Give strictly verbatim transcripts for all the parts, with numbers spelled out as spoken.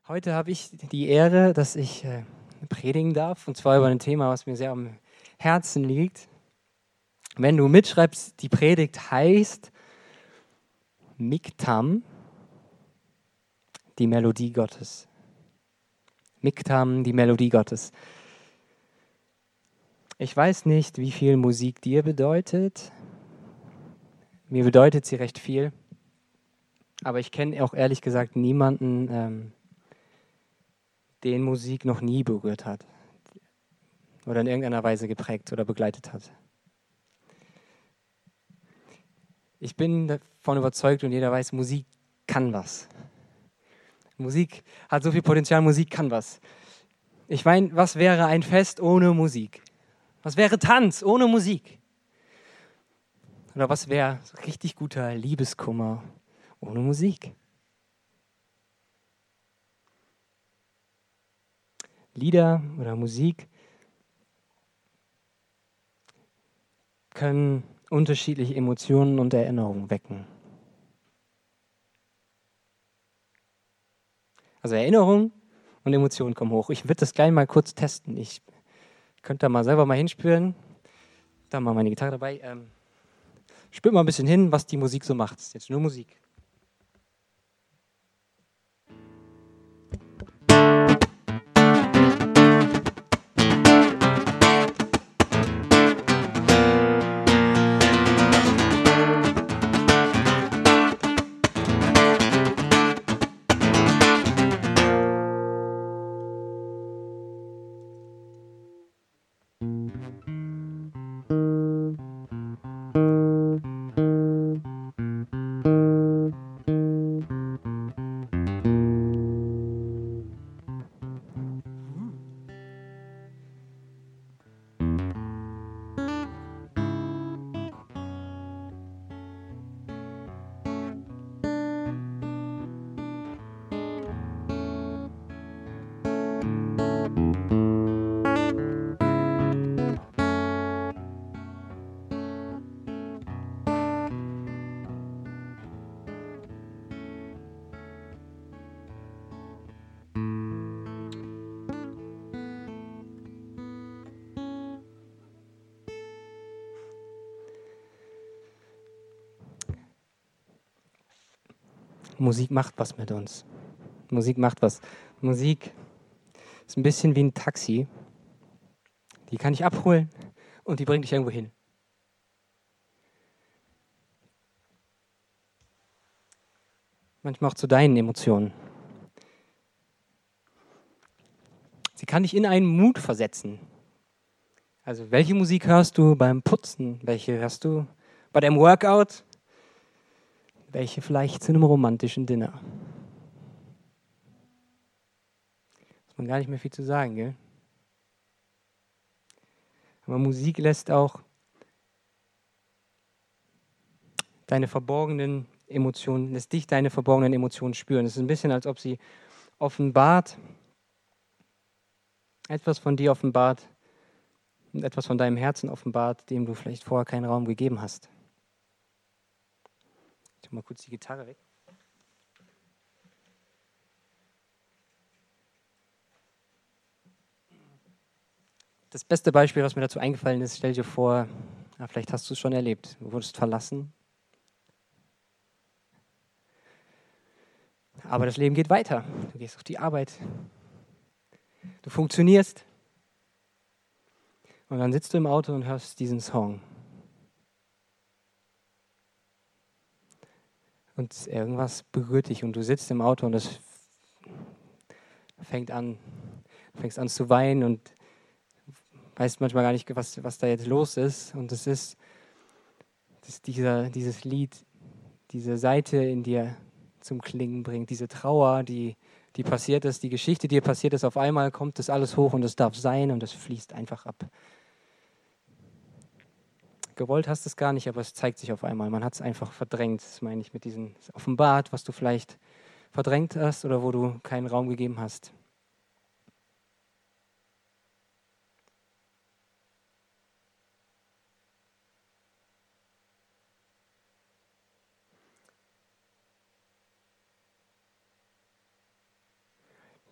Heute habe ich die Ehre, dass ich äh, predigen darf, und zwar über ein Thema, was mir sehr am Herzen liegt. Wenn du mitschreibst, die Predigt heißt Miktam, die Melodie Gottes. Miktam, die Melodie Gottes. Ich weiß nicht, wie viel Musik dir bedeutet. Mir bedeutet sie recht viel. Aber ich kenne auch ehrlich gesagt niemanden, ähm, den Musik noch nie berührt hat oder in irgendeiner Weise geprägt oder begleitet hat. Ich bin davon überzeugt und jeder weiß, Musik kann was. Musik hat so viel Potenzial, Musik kann was. Ich meine, was wäre ein Fest ohne Musik? Was wäre Tanz ohne Musik? Oder was wäre richtig guter Liebeskummer ohne Musik? Lieder oder Musik können unterschiedliche Emotionen und Erinnerungen wecken. Also Erinnerungen und Emotionen kommen hoch. Ich würde das gleich mal kurz testen. Ich könnte da mal selber mal hinspüren. Da mal meine Gitarre dabei. Ähm, spürt mal ein bisschen hin, was die Musik so macht. Das ist jetzt nur Musik. Musik macht was mit uns. Musik macht was. Musik ist ein bisschen wie ein Taxi. Die kann ich abholen und die bringt dich irgendwo hin. Manchmal auch zu deinen Emotionen. Sie kann dich in einen Mut versetzen. Also welche Musik hörst du beim Putzen? Welche hörst du bei deinem Workout? Welche vielleicht zu einem romantischen Dinner? Muss man gar nicht mehr viel zu sagen, gell? Aber Musik lässt auch deine verborgenen Emotionen, lässt dich deine verborgenen Emotionen spüren. Es ist ein bisschen, als ob sie offenbart, etwas von dir offenbart und etwas von deinem Herzen offenbart, dem du vielleicht vorher keinen Raum gegeben hast. Ich tue mal kurz die Gitarre weg. Das beste Beispiel, was mir dazu eingefallen ist, stell dir vor, ja, vielleicht hast du es schon erlebt. Du wurdest verlassen. Aber das Leben geht weiter. Du gehst auf die Arbeit. Du funktionierst. Und dann sitzt du im Auto und hörst diesen Song. Und irgendwas berührt dich und du sitzt im Auto und es fängt an, du fängst an zu weinen und weißt manchmal gar nicht, was, was da jetzt los ist. Und es ist, das ist dieser, dieses Lied, diese Seite in dir zum Klingen bringt, diese Trauer, die, die passiert ist, die Geschichte, die dir passiert ist, auf einmal kommt das alles hoch und es darf sein und es fließt einfach ab. Gewollt hast du es gar nicht, aber es zeigt sich auf einmal. Man hat es einfach verdrängt, das meine ich mit diesem offenbart, was du vielleicht verdrängt hast oder wo du keinen Raum gegeben hast.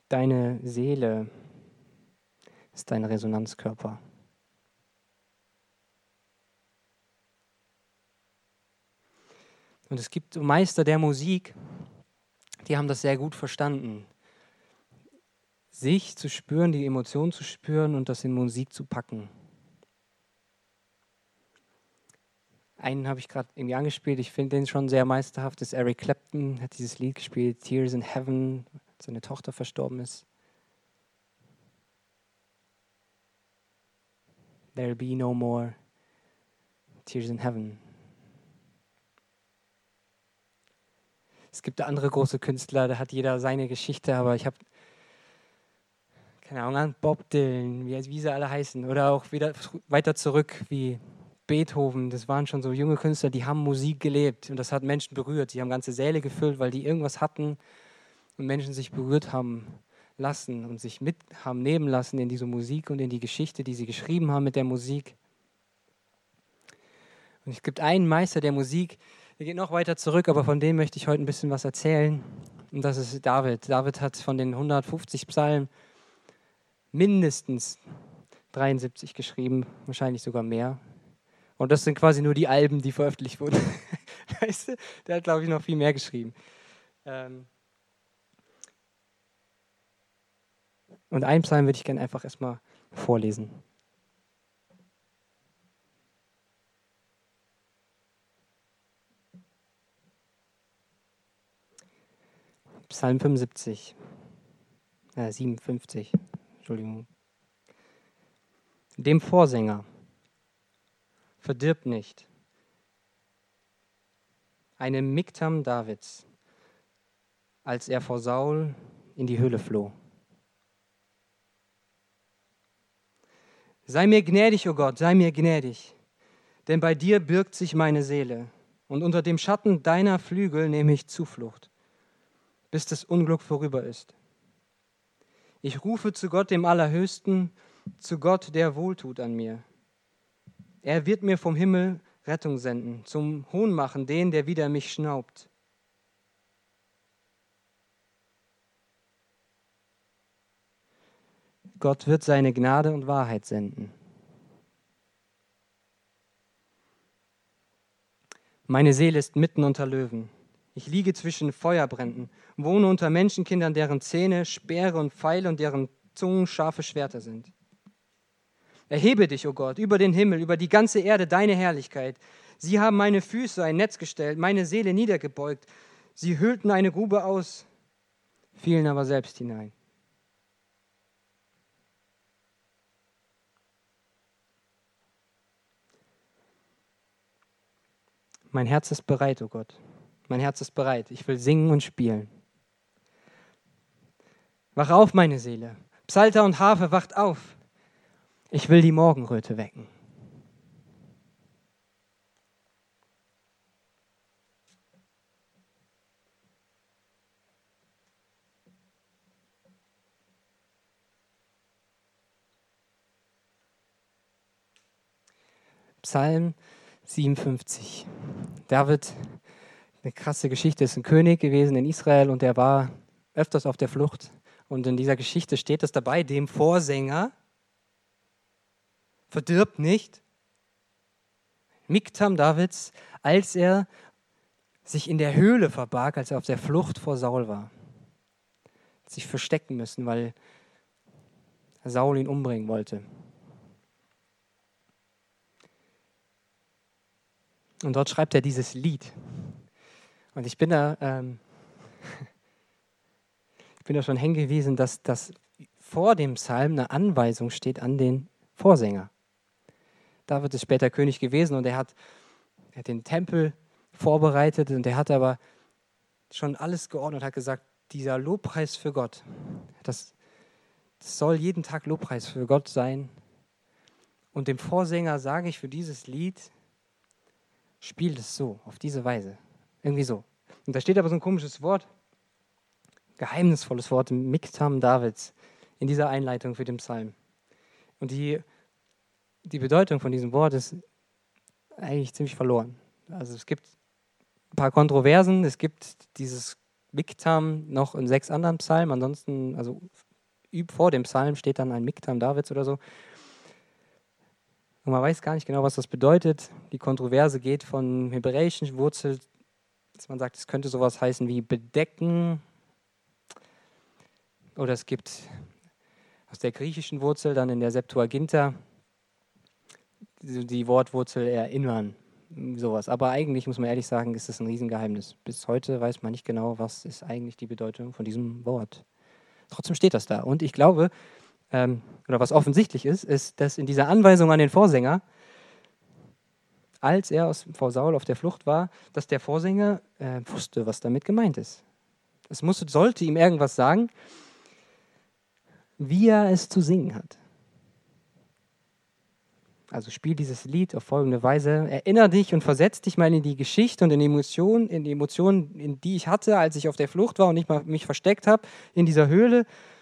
Deine Seele ist dein Resonanzkörper. Und es gibt Meister der Musik, die haben das sehr gut verstanden, sich zu spüren, die Emotionen zu spüren und das in Musik zu packen. Einen habe ich gerade irgendwie angespielt, ich finde den schon sehr meisterhaft, das ist Eric Clapton, hat dieses Lied gespielt, Tears in Heaven, als seine Tochter verstorben ist. There'll be no more tears in heaven. Es gibt andere große Künstler, da hat jeder seine Geschichte, aber ich habe keine Ahnung, an Bob Dylan, wie, wie sie alle heißen, oder auch wieder weiter zurück wie Beethoven, das waren schon so junge Künstler, die haben Musik gelebt und das hat Menschen berührt. Die haben ganze Säle gefüllt, weil die irgendwas hatten und Menschen sich berührt haben lassen und sich mit haben nehmen lassen in diese Musik und in die Geschichte, die sie geschrieben haben mit der Musik. Und es gibt einen Meister der Musik, der geht noch weiter zurück, aber von dem möchte ich heute ein bisschen was erzählen. Und das ist David. David hat von den hundertfünfzig Psalmen mindestens dreiundsiebzig geschrieben, wahrscheinlich sogar mehr. Und das sind quasi nur die Alben, die veröffentlicht wurden. Weißt du? Der hat, glaube ich, noch viel mehr geschrieben. Ähm Und einen Psalm würde ich gerne einfach erstmal vorlesen. Psalm fünfundsiebzig, äh, siebenundfünfzig, Entschuldigung. Dem Vorsänger: Verdirb nicht. Eine Miktam Davids, als er vor Saul in die Höhle floh. Sei mir gnädig, o Gott, sei mir gnädig, denn bei dir birgt sich meine Seele, und unter dem Schatten deiner Flügel nehme ich Zuflucht, bis das Unglück vorüber ist. Ich rufe zu Gott, dem Allerhöchsten, zu Gott, der wohltut an mir. Er wird mir vom Himmel Rettung senden, zum Hohn machen den, der wider mich schnaubt. Gott wird seine Gnade und Wahrheit senden. Meine Seele ist mitten unter Löwen. Ich liege zwischen Feuerbränden, wohne unter Menschenkindern, deren Zähne Speere und Pfeile und deren Zungen scharfe Schwerter sind. Erhebe dich, o Gott, über den Himmel, über die ganze Erde, deine Herrlichkeit. Sie haben meine Füße ein Netz gestellt, meine Seele niedergebeugt. Sie hüllten eine Grube aus, fielen aber selbst hinein. Mein Herz ist bereit, o Gott. Mein Herz ist bereit. Ich will singen und spielen. Wach auf, meine Seele. Psalter und Harfe, wacht auf. Ich will die Morgenröte wecken. Psalm siebenundfünfzig. David, eine krasse Geschichte, ist ein König gewesen in Israel und er war öfters auf der Flucht. Und in dieser Geschichte steht es dabei, dem Vorsänger: Verdirb nicht. Miktam Davids, als er sich in der Höhle verbarg, als er auf der Flucht vor Saul war. Hat sich verstecken müssen, weil Saul ihn umbringen wollte. Und dort schreibt er dieses Lied. Und ich bin da, ähm, ich bin da schon hängen gewesen, dass, dass vor dem Psalm eine Anweisung steht an den Vorsänger. David ist später König gewesen und er hat, er hat den Tempel vorbereitet und er hat aber schon alles geordnet und hat gesagt, dieser Lobpreis für Gott, das, das soll jeden Tag Lobpreis für Gott sein. Und dem Vorsänger sage ich für dieses Lied, spiel es so, auf diese Weise. Irgendwie so. Und da steht aber so ein komisches Wort, geheimnisvolles Wort, Miktam Davids, in dieser Einleitung für den Psalm. Und die, die Bedeutung von diesem Wort ist eigentlich ziemlich verloren. Also es gibt ein paar Kontroversen, es gibt dieses Miktam noch in sechs anderen Psalmen. Ansonsten, also üb vor dem Psalm steht dann ein Miktam Davids oder so. Und man weiß gar nicht genau, was das bedeutet. Die Kontroverse geht von hebräischen Wurzel, dass man sagt, es könnte sowas heißen wie bedecken. Oder es gibt aus der griechischen Wurzel dann in der Septuaginta die, die Wortwurzel erinnern. Sowas. Aber eigentlich, muss man ehrlich sagen, ist das ein Riesengeheimnis. Bis heute weiß man nicht genau, was ist eigentlich die Bedeutung von diesem Wort. Trotzdem steht das da. Und ich glaube, ähm, oder was offensichtlich ist, ist, dass in dieser Anweisung an den Vorsänger, als er aus, vor Saul auf der Flucht war, dass der Vorsänger äh, wusste, was damit gemeint ist. Es musste, sollte ihm irgendwas sagen, wie er es zu singen hat. Also spiel dieses Lied auf folgende Weise. Erinnere dich und versetz dich mal in die Geschichte und in die Emotionen, in die Emotionen, in die ich hatte, als ich auf der Flucht war und ich mich versteckt habe in dieser Höhle.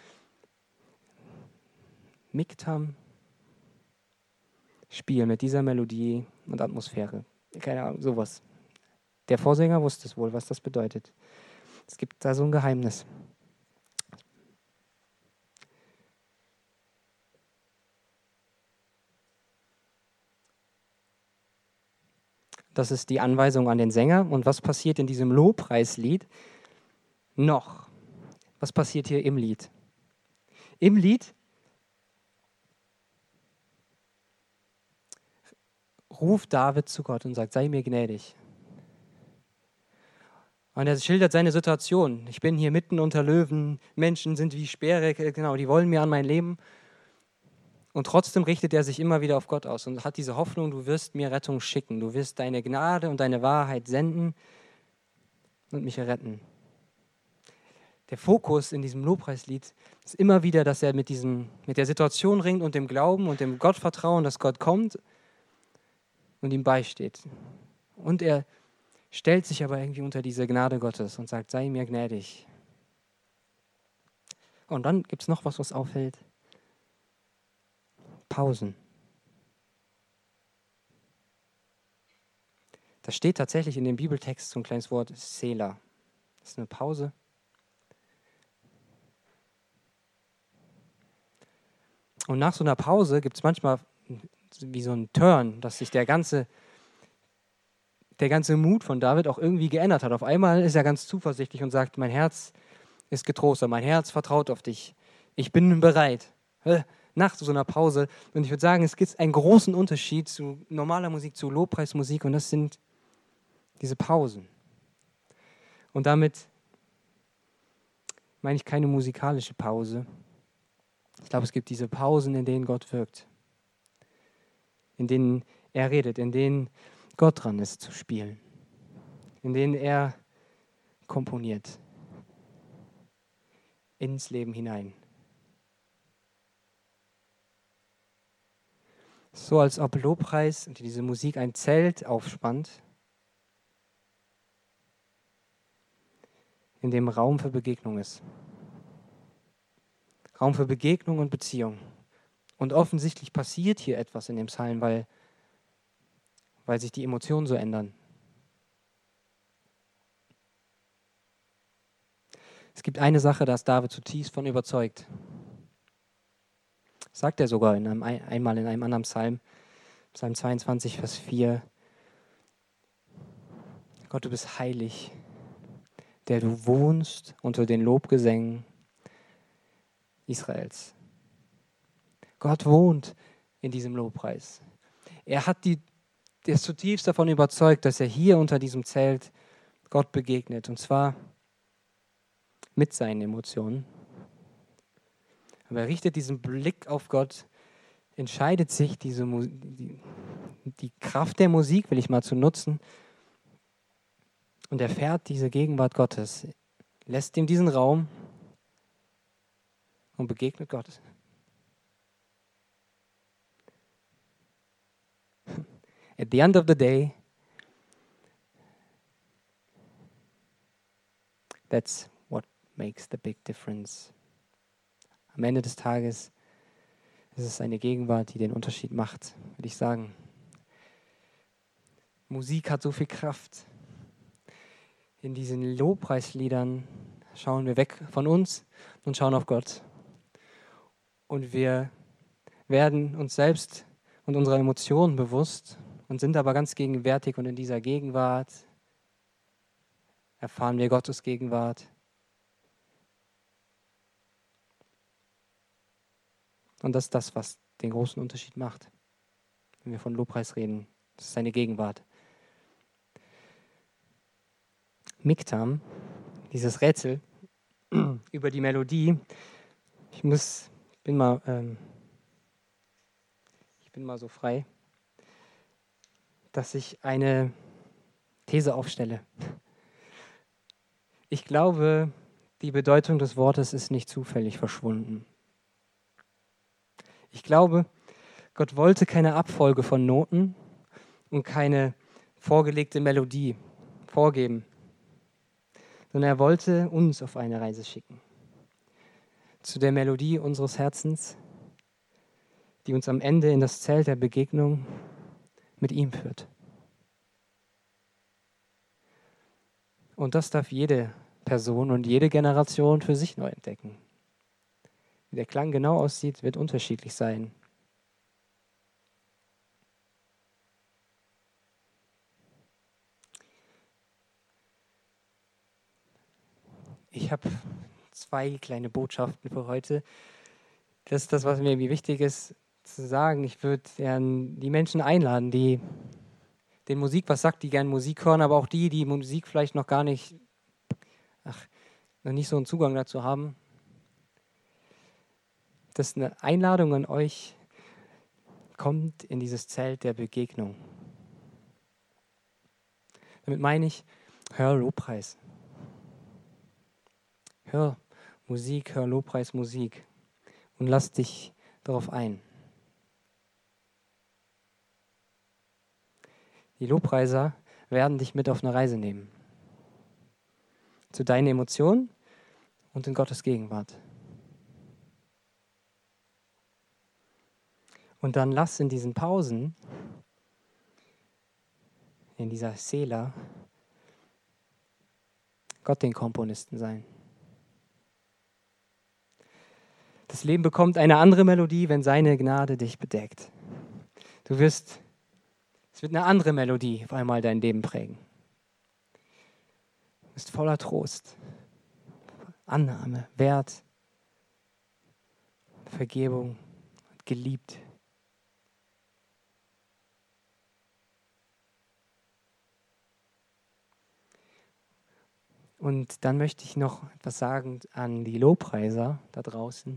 Miktam, Spiel mit dieser Melodie und Atmosphäre. Keine Ahnung, sowas. Der Vorsänger wusste es wohl, was das bedeutet. Es gibt da so ein Geheimnis. Das ist die Anweisung an den Sänger. Und was passiert in diesem Lobpreislied noch? Was passiert hier im Lied? Im Lied ruft David zu Gott und sagt, sei mir gnädig. Und er schildert seine Situation. Ich bin hier mitten unter Löwen, Menschen sind wie Speere, genau, die wollen mir an mein Leben. Und trotzdem richtet er sich immer wieder auf Gott aus und hat diese Hoffnung, du wirst mir Rettung schicken, du wirst deine Gnade und deine Wahrheit senden und mich retten. Der Fokus in diesem Lobpreislied ist immer wieder, dass er mit, diesem, mit der Situation ringt und dem Glauben und dem Gottvertrauen, dass Gott kommt und ihm beisteht. Und er stellt sich aber irgendwie unter diese Gnade Gottes und sagt, sei mir gnädig. Und dann gibt es noch was, was auffällt. Pausen. Da steht tatsächlich in dem Bibeltext so ein kleines Wort, Selah. Das ist eine Pause. Und nach so einer Pause gibt es manchmal wie so einen Turn, dass sich der ganze, der ganze Mut von David auch irgendwie geändert hat. Auf einmal ist er ganz zuversichtlich und sagt, mein Herz ist getrostet, mein Herz vertraut auf dich. Ich bin bereit. Nach so einer Pause. Und ich würde sagen, es gibt einen großen Unterschied zu normaler Musik, zu Lobpreismusik, und das sind diese Pausen. Und damit meine ich keine musikalische Pause. Ich glaube, es gibt diese Pausen, in denen Gott wirkt, in denen er redet, in denen Gott dran ist zu spielen, in denen er komponiert ins Leben hinein. So als ob Lobpreis und diese Musik ein Zelt aufspannt, in dem Raum für Begegnung ist. Raum für Begegnung und Beziehung. Und offensichtlich passiert hier etwas in dem Psalm, weil, weil sich die Emotionen so ändern. Es gibt eine Sache, da ist David zutiefst von überzeugt. Das sagt er sogar in einem, einmal in einem anderen Psalm, Psalm zweiundzwanzig, Vers vier. Gott, du bist heilig, der du wohnst unter den Lobgesängen Israels. Gott wohnt in diesem Lobpreis. Er hat die, der ist zutiefst davon überzeugt, dass er hier unter diesem Zelt Gott begegnet. Und zwar mit seinen Emotionen. Aber er richtet diesen Blick auf Gott, entscheidet sich, diese, die, die Kraft der Musik, will ich mal zu nutzen, und erfährt diese Gegenwart Gottes, lässt ihm diesen Raum und begegnet Gott. At the end of the day, that's what makes the big difference. Am Ende des Tages ist es eine Gegenwart, die den Unterschied macht, würde ich sagen. Musik hat so viel Kraft. in diesen Lobpreisliedern schauen wir weg von uns und schauen auf Gott. Und wir werden uns selbst und unserer Emotionen bewusst und sind aber ganz gegenwärtig, und in dieser Gegenwart erfahren wir Gottes Gegenwart. Und das ist das, was den großen Unterschied macht, wenn wir von Lobpreis reden. Das ist seine Gegenwart. Miktam, dieses Rätsel über die Melodie, ich muss, bin mal, ähm, ich bin mal so frei, dass ich eine These aufstelle. Ich glaube, die Bedeutung des Wortes ist nicht zufällig verschwunden. Ich glaube, Gott wollte keine Abfolge von Noten und keine vorgelegte Melodie vorgeben, sondern er wollte uns auf eine Reise schicken. Zu der Melodie unseres Herzens, die uns am Ende in das Zelt der Begegnung mit ihm führt. Und das darf jede Person und jede Generation für sich neu entdecken. Wie der Klang genau aussieht, wird unterschiedlich sein. Ich habe zwei kleine Botschaften für heute. Das ist das, was mir irgendwie wichtig ist zu sagen. Ich würde gern die Menschen einladen, die den Musik was sagt, die gern Musik hören, aber auch die, die Musik vielleicht noch gar nicht, ach, noch nicht so einen Zugang dazu haben. Das ist eine Einladung an euch. Kommt in dieses Zelt der Begegnung. Damit meine ich, hör Lobpreis. Hör Musik, hör Lobpreis, Musik und lass dich darauf ein. Die Lobpreiser werden dich mit auf eine Reise nehmen. Zu deinen Emotionen und in Gottes Gegenwart. Und dann lass in diesen Pausen, in dieser Sela, Gott den Komponisten sein. Das Leben bekommt eine andere Melodie, wenn seine Gnade dich bedeckt. Du wirst, es wird eine andere Melodie auf einmal dein Leben prägen. Du bist voller Trost, Annahme, Wert, Vergebung, geliebt. Und dann möchte ich noch etwas sagen an die Lobpreiser da draußen.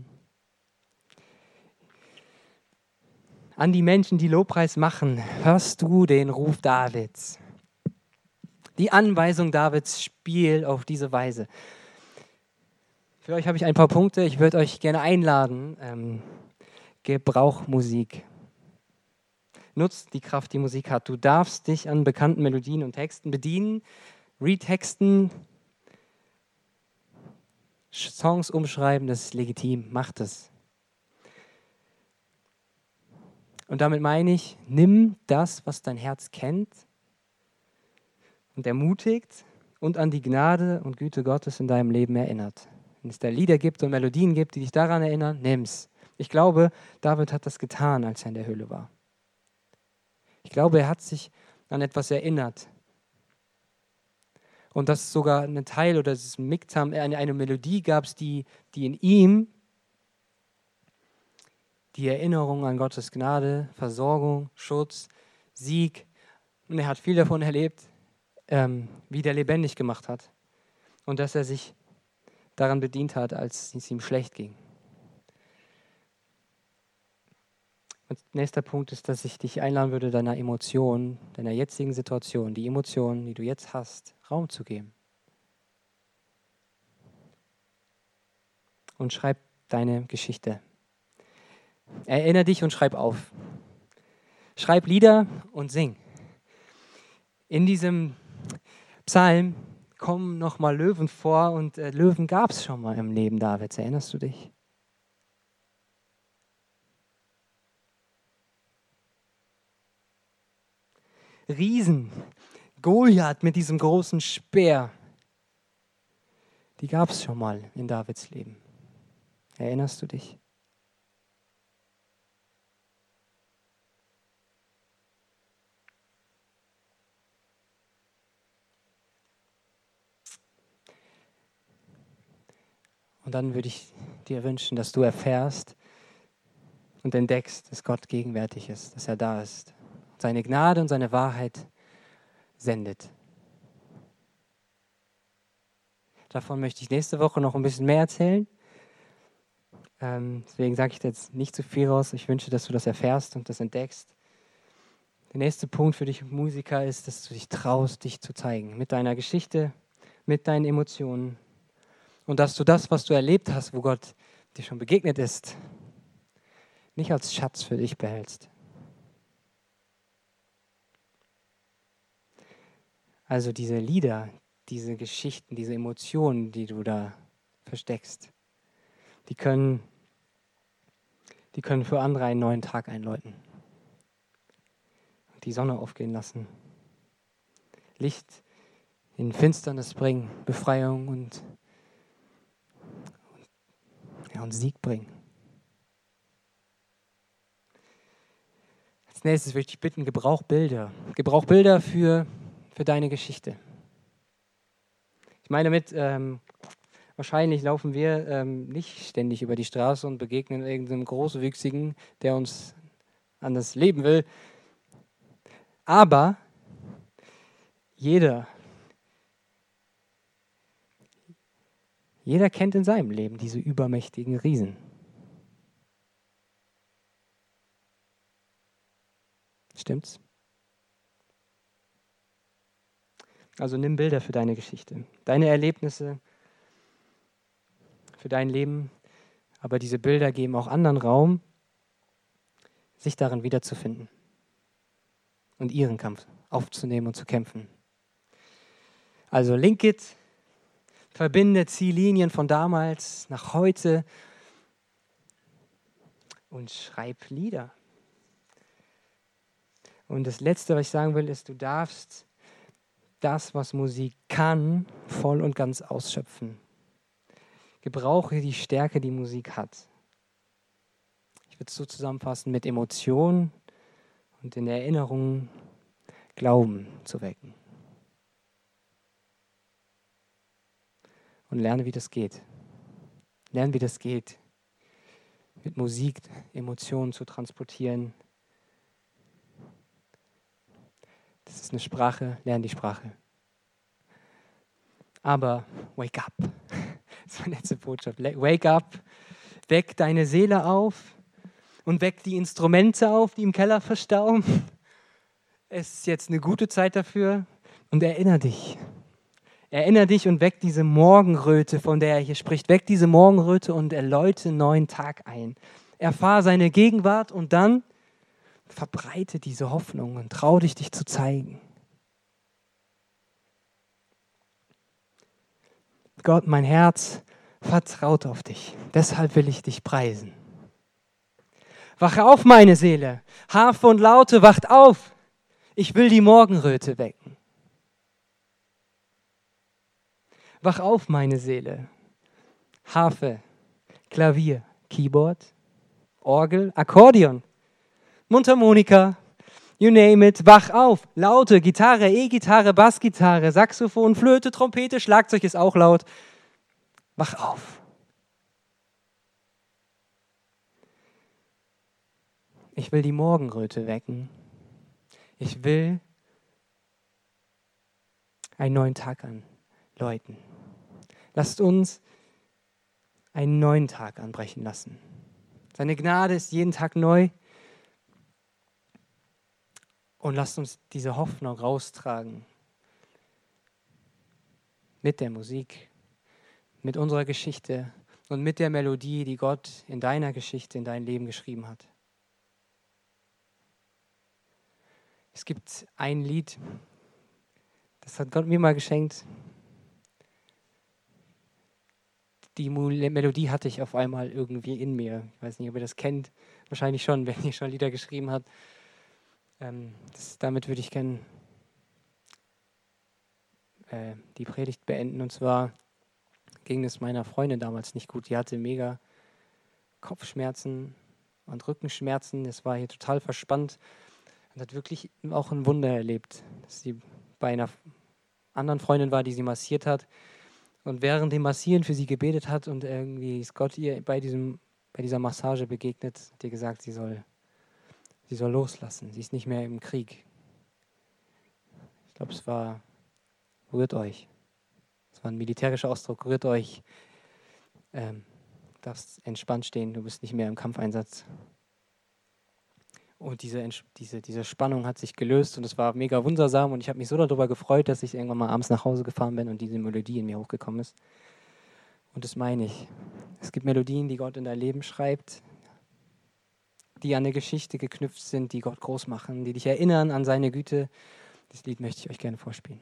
An die Menschen, die Lobpreis machen, hörst du den Ruf Davids. Die Anweisung Davids, spiel auf diese Weise. Für euch habe ich ein paar Punkte. Ich würde euch gerne einladen. Ähm, Gebrauch Musik. Nutzt die Kraft, die Musik hat. Du darfst dich an bekannten Melodien und Texten bedienen, retexten, Songs umschreiben, das ist legitim. Mach das. Und damit meine ich, nimm das, was dein Herz kennt und ermutigt und an die Gnade und Güte Gottes in deinem Leben erinnert. Wenn es da Lieder gibt und Melodien gibt, die dich daran erinnern, nimm's. Ich glaube, David hat das getan, als er in der Höhle war. Ich glaube, er hat sich an etwas erinnert. Und dass es sogar einen Teil oder das Miktam, eine, eine Melodie gab, die, die in ihm die Erinnerung an Gottes Gnade, Versorgung, Schutz, Sieg, und er hat viel davon erlebt, ähm, wie der lebendig gemacht hat und dass er sich daran bedient hat, als es ihm schlecht ging. Und nächster Punkt ist, dass ich dich einladen würde, deiner Emotion, deiner jetzigen Situation, die Emotionen, die du jetzt hast, Raum zu geben. Und schreib deine Geschichte. Erinnere dich und schreib auf. Schreib Lieder und sing. In diesem Psalm kommen nochmal Löwen vor und äh, Löwen gab es schon mal im Leben Davids. Erinnerst du dich? Riesen, Goliath mit diesem großen Speer, die gab es schon mal in Davids Leben. Erinnerst du dich? Und dann würde ich dir wünschen, dass du erfährst und entdeckst, dass Gott gegenwärtig ist, dass er da ist. Seine Gnade und seine Wahrheit sendet. Davon möchte ich nächste Woche noch ein bisschen mehr erzählen. Ähm, deswegen sage ich jetzt nicht zu viel raus. Ich wünsche, dass du das erfährst und das entdeckst. Der nächste Punkt für dich Musiker ist, dass du dich traust, dich zu zeigen. Mit deiner Geschichte, mit deinen Emotionen. Und dass du das, was du erlebt hast, wo Gott dir schon begegnet ist, nicht als Schatz für dich behältst. Also diese Lieder, diese Geschichten, diese Emotionen, die du da versteckst, die können, die können für andere einen neuen Tag einläuten. Die Sonne aufgehen lassen. Licht in Finsternis bringen, Befreiung und, ja, und Sieg bringen. Als nächstes würde ich dich bitten, gebrauch Bilder. Gebrauch Bilder für, für deine Geschichte. Ich meine damit, ähm, wahrscheinlich laufen wir ähm, nicht ständig über die Straße und begegnen irgendeinem Großwüchsigen, der uns an das Leben will. Aber jeder, jeder kennt in seinem Leben diese übermächtigen Riesen. Stimmt's? Also nimm Bilder für deine Geschichte, deine Erlebnisse, für dein Leben. Aber diese Bilder geben auch anderen Raum, sich darin wiederzufinden und ihren Kampf aufzunehmen und zu kämpfen. Also link it, verbinde Ziellinien von damals nach heute und schreib Lieder. Und das Letzte, was ich sagen will, ist, du darfst das, was Musik kann, voll und ganz ausschöpfen. Gebrauche die Stärke, die Musik hat. Ich würde es so zusammenfassen, mit Emotionen und in Erinnerungen Glauben zu wecken. Und lerne, wie das geht. Lerne, wie das geht, mit Musik Emotionen zu transportieren. Das ist eine Sprache, lerne die Sprache. Aber wake up. Das ist meine letzte Botschaft. Wake up, weck deine Seele auf und weck die Instrumente auf, die im Keller verstauen. Es ist jetzt eine gute Zeit dafür und erinnere dich. Erinnere dich und weck diese Morgenröte, von der er hier spricht. Weck diese Morgenröte und erläute einen neuen Tag ein. Erfahr seine Gegenwart und dann verbreite diese Hoffnung und trau dich, dich zu zeigen. Gott, mein Herz vertraut auf dich. Deshalb will ich dich preisen. Wache auf, meine Seele. Harfe und Laute, wacht auf. Ich will die Morgenröte wecken. Wach auf, meine Seele. Harfe, Klavier, Keyboard, Orgel, Akkordeon, Mundharmonika, you name it. Wach auf. Laute, Gitarre, E-Gitarre, Bassgitarre, Saxophon, Flöte, Trompete, Schlagzeug ist auch laut. Wach auf. Ich will die Morgenröte wecken. Ich will einen neuen Tag anläuten. Lasst uns einen neuen Tag anbrechen lassen. Seine Gnade ist jeden Tag neu. Und lasst uns diese Hoffnung raustragen. Mit der Musik, mit unserer Geschichte und mit der Melodie, die Gott in deiner Geschichte, in dein Leben geschrieben hat. Es gibt ein Lied, das hat Gott mir mal geschenkt. Die Melodie hatte ich auf einmal irgendwie in mir. Ich weiß nicht, ob ihr das kennt. Wahrscheinlich schon, wenn ihr schon Lieder geschrieben habt. Ähm, das, damit würde ich gerne äh, die Predigt beenden. Und zwar ging es meiner Freundin damals nicht gut. Die hatte mega Kopfschmerzen und Rückenschmerzen. Es war hier total verspannt und hat wirklich auch ein Wunder erlebt, dass sie bei einer anderen Freundin war, die sie massiert hat und während dem Massieren für sie gebetet hat und irgendwie ist Gott ihr bei, diesem, bei dieser Massage begegnet, hat ihr gesagt, sie soll, sie soll loslassen. Sie ist nicht mehr im Krieg. Ich glaube, es war, rührt euch. Es war ein militärischer Ausdruck, rührt euch. Ähm, du darfst entspannt stehen, du bist nicht mehr im Kampfeinsatz. Und diese, diese, diese Spannung hat sich gelöst und es war mega wundersam und ich habe mich so darüber gefreut, dass ich irgendwann mal abends nach Hause gefahren bin und diese Melodie in mir hochgekommen ist. Und das meine ich. Es gibt Melodien, die Gott in dein Leben schreibt, die an eine Geschichte geknüpft sind, die Gott groß machen, die dich erinnern an seine Güte. Das Lied möchte ich euch gerne vorspielen.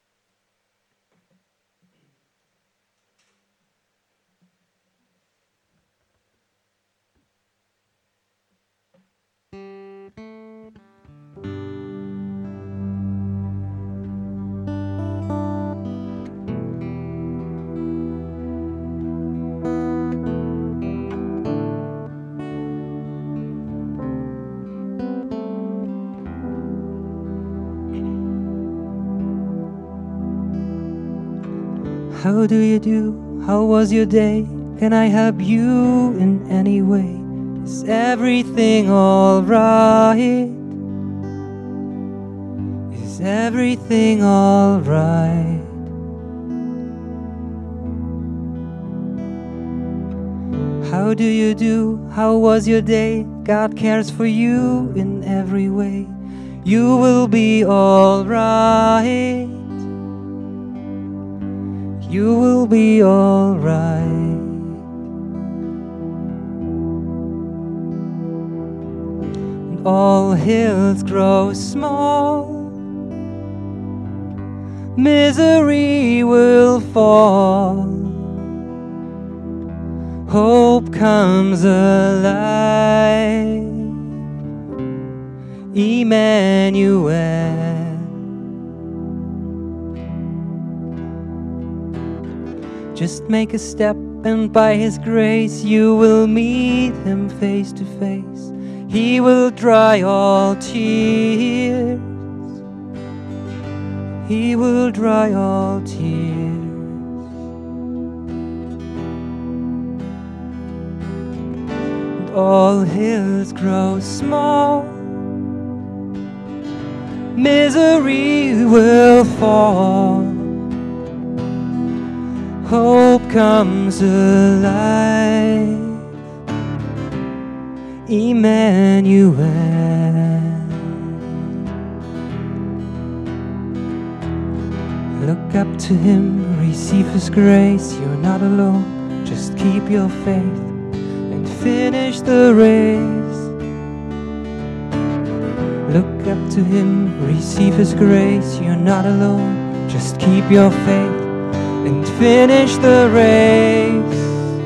How do you do? How was your day? Can I help you in any way? Is everything all right? Is everything all right? How do you do? How was your day? God cares for you in every way. You will be all right. You will be all right. And all hills grow small. Misery will fall. Hope comes alive. Emmanuel. Just make a step and by His grace you will meet Him face to face. He will dry all tears. He will dry all tears. And all hills grow small. Misery will fall. Hope comes alive. Emmanuel. Look up to Him, receive His grace. You're not alone, just keep your faith and finish the race. Look up to Him, receive His grace. You're not alone, just keep your faith and finish the race.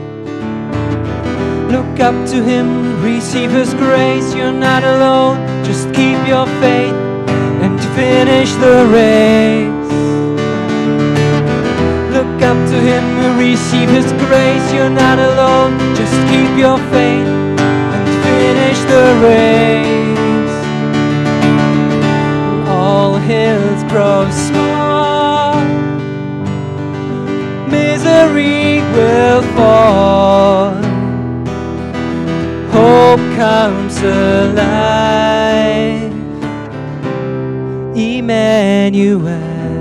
Look up to Him, receive His grace. You're not alone, just keep your faith and finish the race. Look up to Him, receive His grace. You're not alone, just keep your faith and finish the race. All hills grow small. Misery will fall. Hope comes alive. Emmanuel.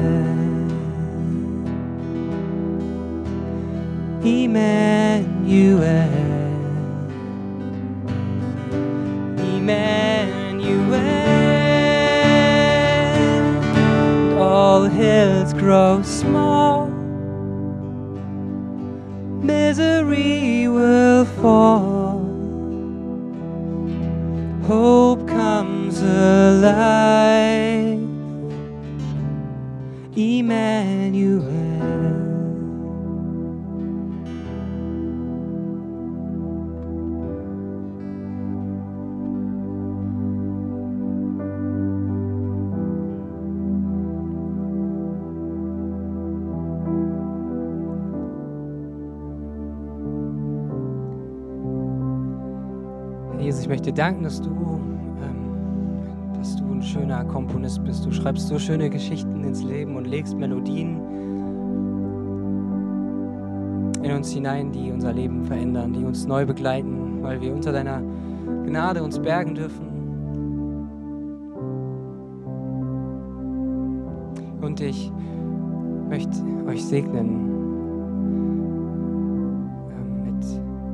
Emmanuel. Emmanuel. And all hills grow small. Misery will fall. Hope comes alive. Emmanuel. Jesus, ich möchte dir danken, dass du, ähm, dass du ein schöner Komponist bist. Du schreibst so schöne Geschichten ins Leben und legst Melodien in uns hinein, die unser Leben verändern, die uns neu begleiten, weil wir unter deiner Gnade uns bergen dürfen. Und ich möchte euch segnen ähm, mit,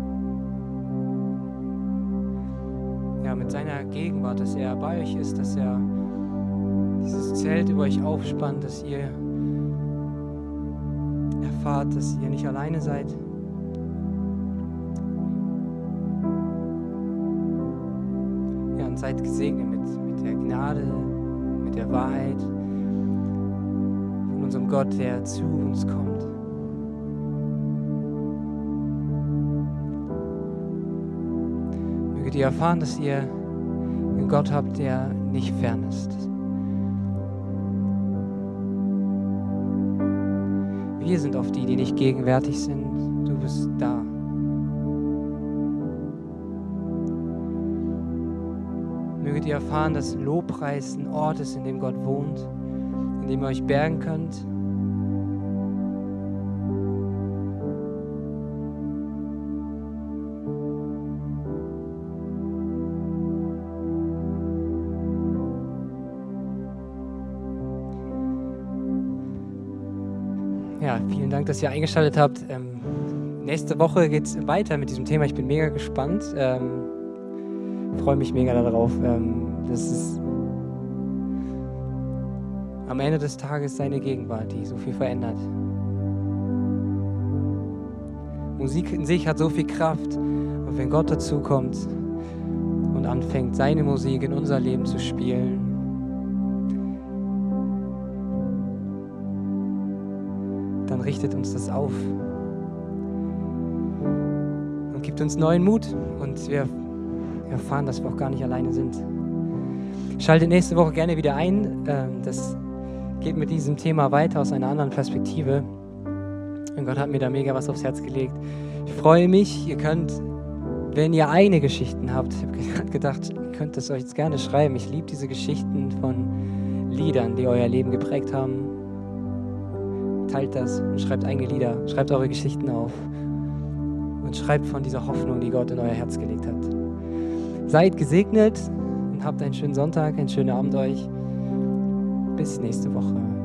ja, mit seiner Gegenwart, dass er bei euch ist, dass er dieses Zelt über euch aufspannt, dass ihr erfahrt, dass ihr nicht alleine seid. Ja, und seid gesegnet mit, mit der Gnade, mit der Wahrheit von unserem Gott, der zu uns kommt. Möget ihr erfahren, dass ihr einen Gott habt, der nicht fern ist. Wir sind oft die, die nicht gegenwärtig sind. Du bist da. Möget ihr erfahren, dass Lobpreis ein Ort ist, in dem Gott wohnt, in dem ihr euch bergen könnt. Ja, vielen Dank, dass ihr eingeschaltet habt. Ähm, nächste Woche geht es weiter mit diesem Thema. Ich bin mega gespannt. Ähm, freue mich mega darauf. Ähm, das ist am Ende des Tages seine Gegenwart, die so viel verändert. Musik in sich hat so viel Kraft. Und wenn Gott dazu kommt und anfängt, seine Musik in unser Leben zu spielen, dann richtet uns das auf und gibt uns neuen Mut und wir erfahren, dass wir auch gar nicht alleine sind. Schaltet nächste Woche gerne wieder ein. Das geht mit diesem Thema weiter aus einer anderen Perspektive. Und Gott hat mir da mega was aufs Herz gelegt. Ich freue mich, ihr könnt, wenn ihr eigene Geschichten habt, ich habe gerade gedacht, ihr könnt es euch jetzt gerne schreiben. Ich liebe diese Geschichten von Liedern, die euer Leben geprägt haben. Teilt das und schreibt eigene Lieder, schreibt eure Geschichten auf und schreibt von dieser Hoffnung, die Gott in euer Herz gelegt hat. Seid gesegnet und habt einen schönen Sonntag, einen schönen Abend euch. Bis nächste Woche.